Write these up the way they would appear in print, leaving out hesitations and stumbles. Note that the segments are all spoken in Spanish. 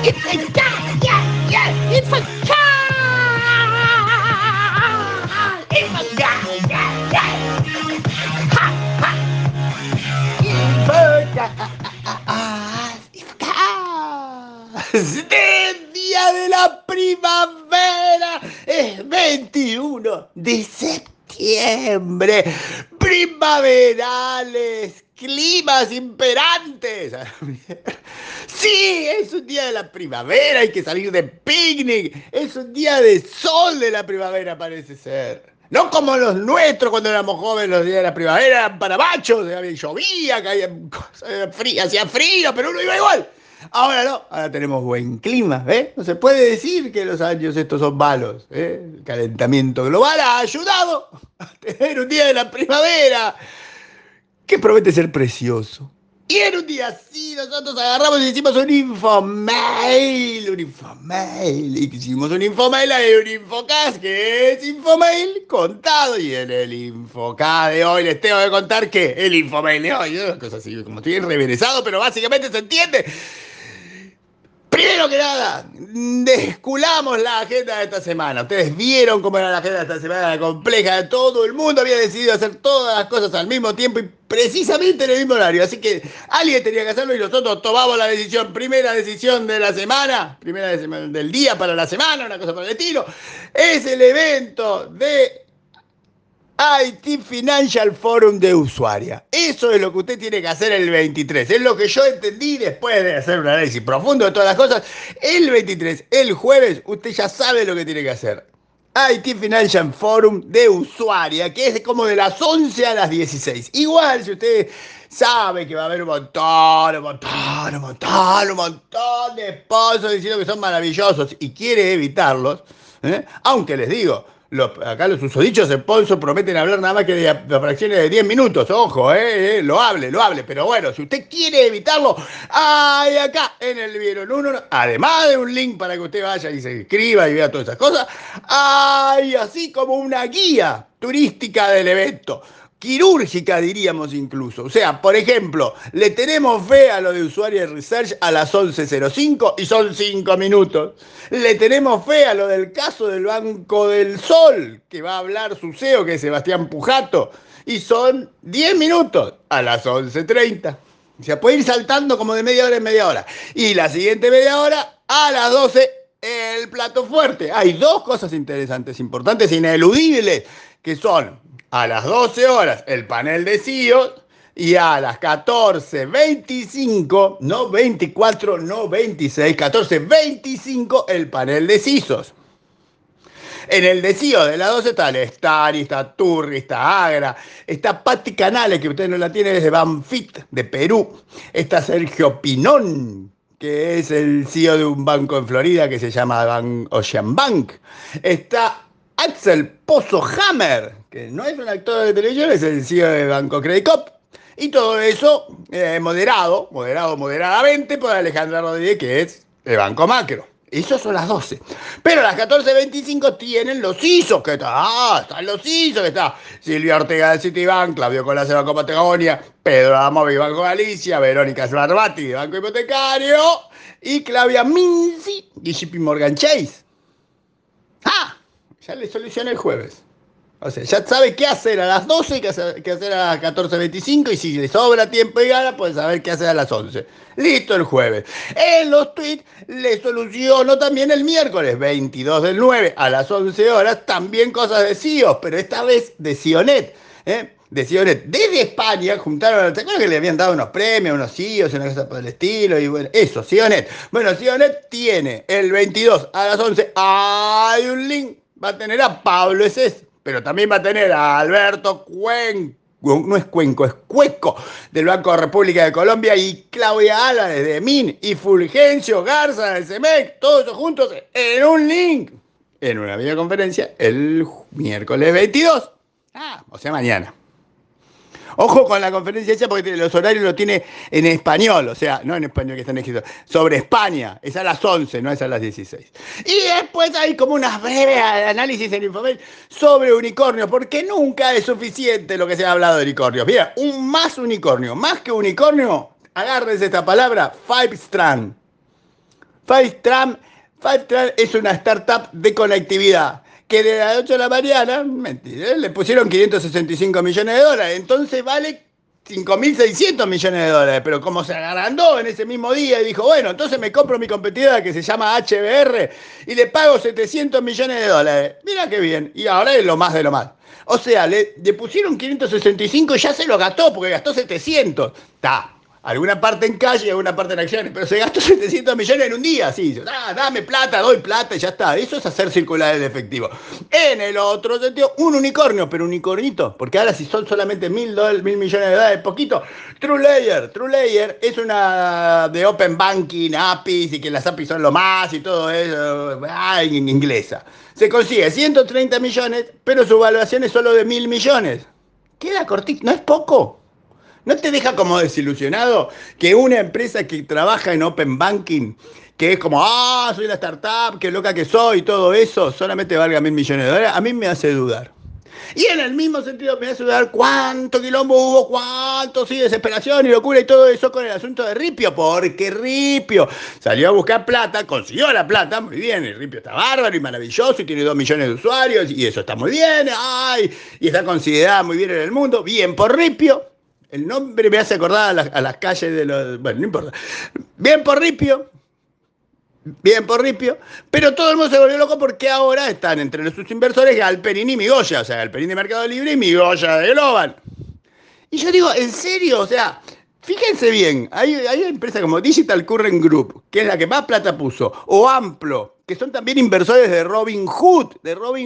Infectar, yes, infectar, infectar, yes. Ha, ha, del día de la primavera es 21 de septiembre. Primaverales, climas imperantes. Sí, es un día de la primavera, hay que salir de picnic. Es un día de sol de la primavera, parece ser. No como los nuestros cuando éramos jóvenes, los días de la primavera eran para machos, llovía, caía, hacía frío, pero uno iba igual. Ahora no, ahora tenemos buen clima, ¿eh? No se puede decir que los años estos son malos, ¿eh? El calentamiento global ha ayudado a tener un día de la primavera que promete ser precioso. Y en un día así nosotros agarramos y hicimos un infomail, y hicimos un infomail, hay un infocast que es infomail contado, y en el infocast de hoy les tengo que contar que el infomail de hoy, ¿no? Cosas así como estoy reveresado, pero básicamente se entiende. Primero que nada, desculamos la agenda de esta semana. Ustedes vieron cómo era la agenda de esta semana compleja. Todo el mundo había decidido hacer todas las cosas al mismo tiempo y precisamente en el mismo horario. Así que alguien tenía que hacerlo y nosotros tomamos la decisión. Primera decisión de la semana, del día para la semana, una cosa por el estilo. Es el evento de IT Financial Forum de Ushuaia. Eso es lo que usted tiene que hacer el 23. Es lo que yo entendí después de hacer un análisis profundo de todas las cosas. El 23, el jueves, usted ya sabe lo que tiene que hacer. IT Financial Forum de Ushuaia, que es como de las 11 a las 16. Igual, si usted sabe que va a haber un montón de esposos diciendo que son maravillosos y quiere evitarlos, aunque les digo, acá los usodichos sponsors prometen hablar nada más que de fracciones de 10 minutos. Ojo, lo hable. Pero bueno, si usted quiere evitarlo, hay acá en el Vieron Uno, además de un link para que usted vaya y se inscriba y vea todas esas cosas, hay así como una guía turística del evento. Quirúrgica, diríamos incluso. O sea, por ejemplo, le tenemos fe a lo de Usuario Research a las 11:05 y son 5 minutos. Le tenemos fe a lo del caso del Banco del Sol, que va a hablar su CEO, que es Sebastián Pujato, y son 10 minutos a las 11:30. O sea, puede ir saltando como de media hora en media hora. Y la siguiente media hora a las 12, el plato fuerte. Hay dos cosas interesantes, importantes, ineludibles, que son a las 12 horas el panel de CEOs y a las 14:25, no 24, no 26, 14:25 el panel de CISOs. En el de CEO de las 12 está Lestari, está Turri, está Agra, está Patti Canales, que usted no la tiene desde Banfit, de Perú. Está Sergio Pinón, que es el CEO de un banco en Florida que se llama Ocean Bank. Está Axel Pozo Hammer, que no es un actor de televisión, es el CEO de Banco Credit Corp. Y todo eso moderadamente por Alejandra Rodríguez, que es de Banco Macro. Eso son las 12. Pero a las 14:25 tienen los ISOs que están los ISOs que está Silvia Ortega de Citibank, Claudio Colas de Banco Patagonia, Pedro Amovi de Banco Galicia, Verónica Sbarbati de Banco Hipotecario y Claudia Minzi de JP Morgan Chase. Ya le solucioné el jueves. O sea, ya sabe qué hacer a las 12 y qué hacer a las 14:25 y si le sobra tiempo y gana, pues saber qué hacer a las 11. Listo el jueves. En los tweets le soluciono también el miércoles 22/9 a las 11 horas, también cosas de CIOs, pero esta vez de CIONet. De CIONet. Desde España juntaron, ¿te acuerdas que le habían dado unos premios, unos CIOs, una cosa por el estilo? Y bueno, eso, CIONet. Bueno, CIONet tiene el 22 a las 11, hay un link, va a tener a Pablo Esés, pero también va a tener a Alberto Cuenco, no es Cuenco, es Cueco, del Banco de República de Colombia, y Claudia Álvarez de MIN, y Fulgencio Garza de CEMEC, todos juntos en un link, en una videoconferencia, el miércoles 22. O sea, mañana. Ojo con la conferencia esa porque los horarios lo tiene en español, o sea, no en español que están escritos, sobre España, es a las 11, no es a las 16. Y después hay como unas breves análisis en Infomail sobre unicornios, porque nunca es suficiente lo que se ha hablado de unicornios. Mira, un más unicornio, más que unicornio, agárrense esta palabra, Five Strand. Fivetran, Fivetran es una startup de conectividad que de las 8 de la mañana, mentira, le pusieron 565 millones de dólares, entonces vale 5.600 millones de dólares, pero como se agrandó en ese mismo día y dijo, bueno, entonces me compro mi competidora que se llama HBR y le pago 700 millones de dólares. Mira qué bien, y ahora es lo más de lo más. O sea, le pusieron 565 y ya se lo gastó porque gastó 700. Está. Alguna parte en calle y alguna parte en acciones, pero se gastó 700 millones en un día, sí. Dame plata, doy plata y ya está. Eso es hacer circular el efectivo. En el otro sentido, un unicornio, pero unicornito, porque ahora si son solamente 1.000 millones de dólares, poquito. TrueLayer es una de Open Banking, APIs, y que las APIs son lo más y todo eso, en inglesa. Se consigue 130 millones, pero su evaluación es solo de 1.000 millones. Queda cortito, no es poco. ¿No te deja como desilusionado que una empresa que trabaja en Open Banking, que es como, soy la startup, qué loca que soy, todo eso, solamente valga 1.000 millones de dólares? A mí me hace dudar. Y en el mismo sentido me hace dudar cuánto quilombo hubo, cuánto, sí, desesperación y locura y todo eso con el asunto de Ripio, porque Ripio salió a buscar plata, consiguió la plata, muy bien, el Ripio está bárbaro y maravilloso y tiene 2 millones de usuarios y eso está muy bien, y está considerada muy bien en el mundo, bien por Ripio. El nombre me hace acordar a las calles de los... Bueno, no importa. Bien por Ripio, bien por Ripio, pero todo el mundo se volvió loco porque ahora están entre sus inversores Galperín y Migoya, o sea, Galperín de Mercado Libre y Migoya de Global. Y yo digo, ¿en serio? O sea, fíjense bien, hay empresas como Digital Current Group, que es la que más plata puso, o Amplo, que son también inversores de Robinhood,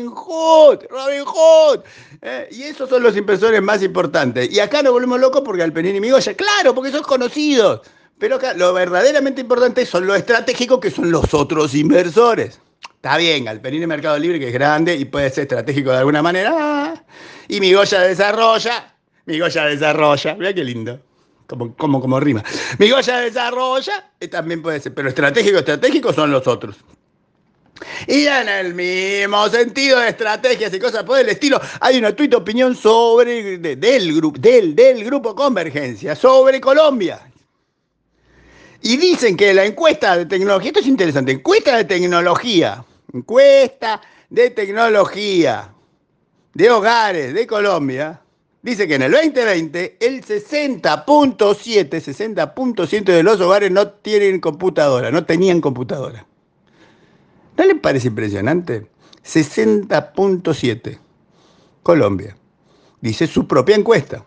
Robinhood. Y esos son los inversores más importantes. Y acá nos volvemos locos porque Galperín y Migoya, claro, porque son conocidos. Pero acá lo verdaderamente importante son los estratégicos, que son los otros inversores. Está bien, Galperín y Mercado Libre, que es grande y puede ser estratégico de alguna manera. Y Migoya desarrolla, mira qué lindo. Como rima. Migoya desarrolla, también puede ser, pero estratégico son los otros. Y en el mismo sentido de estrategias y cosas por el estilo, hay una tuit opinión sobre del grupo Convergencia sobre Colombia. Y dicen que la encuesta de tecnología, esto es interesante, encuesta de tecnología de hogares de Colombia, dice que en el 2020 el 60.7 de los hogares no tienen computadora, no tenían computadora. ¿No les parece impresionante? 60.7. Colombia. Dice su propia encuesta.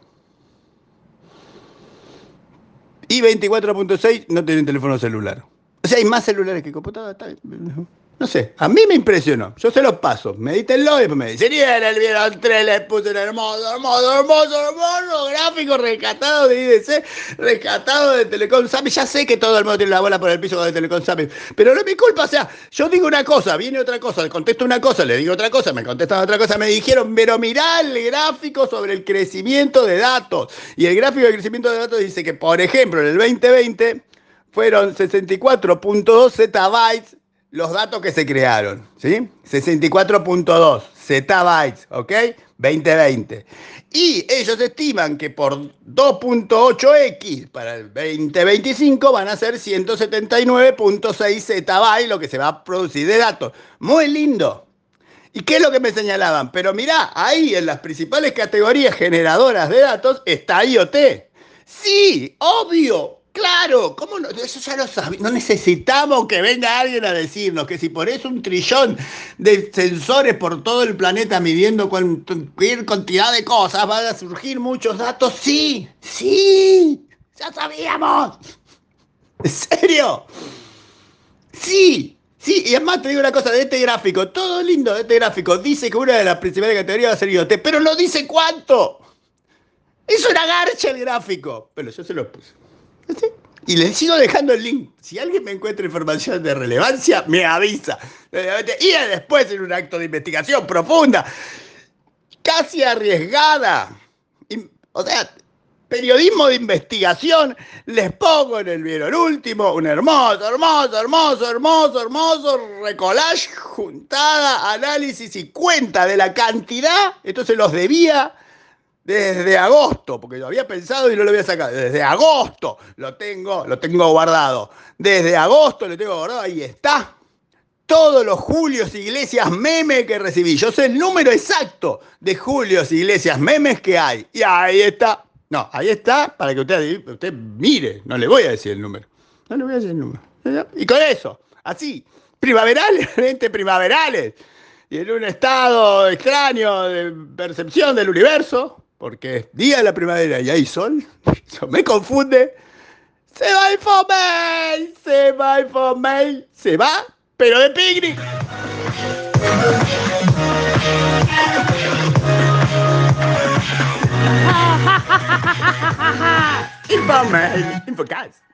Y 24.6 no tienen teléfono celular. O sea, hay más celulares que computadoras. No sé, a mí me impresionó. Yo se los paso, medítenlo y después me dicen, y en el Vieron 3 les puse un hermoso gráfico rescatado de IDC, rescatado de Telecom Summit. Ya sé que todo el mundo tiene la bola por el piso de Telecom Summit, pero no es mi culpa. O sea, yo digo una cosa, viene otra cosa, le contesto una cosa, le digo otra cosa, me contestan otra cosa, me dijeron, pero mirá el gráfico sobre el crecimiento de datos. Y el gráfico de crecimiento de datos dice que, por ejemplo, en el 2020 fueron 64.2 zettabytes los datos que se crearon, ¿sí? 64.2 zettabytes, ¿ok? 2020. Y ellos estiman que por 2.8x para el 2025 van a ser 179.6 zettabytes lo que se va a producir de datos. Muy lindo. ¿Y qué es lo que me señalaban? Pero mirá, ahí en las principales categorías generadoras de datos está IoT. Sí, obvio. Claro, ¿cómo no? Eso ya lo sabemos. No necesitamos que venga alguien a decirnos que si por eso 1.000.000.000 de sensores por todo el planeta midiendo cualquier cantidad de cosas van a surgir muchos datos. Sí, ya sabíamos. ¿En serio? Sí. Sí, y además te digo una cosa de este gráfico, todo lindo de este gráfico, dice que una de las principales categorías va a ser IoT, pero no dice cuánto. Es una garcha el gráfico, pero yo se lo puse. ¿Sí? Y les sigo dejando el link. Si alguien me encuentra información de relevancia, me avisa. Y después en un acto de investigación profunda, casi arriesgada. O sea, periodismo de investigación, les pongo en el Vieron Último un hermoso recollage, juntada, análisis y cuenta de la cantidad, esto se los debía desde agosto, porque lo había pensado y no lo había sacado. Desde agosto lo tengo guardado. Desde agosto lo tengo guardado, ahí está. Todos los Julios Iglesias memes que recibí. Yo sé el número exacto de Julios Iglesias memes que hay. Y ahí está. No, ahí está para que usted mire. No le voy a decir el número. No le voy a decir el número. Y con eso, así, primaverales, 20 primaverales. Y en un estado extraño de percepción del universo, porque es día de la primavera y hay sol, eso me confunde. Se va el Fomel, se va el Fomel, se va, pero de picnic. Infomel, Infocast.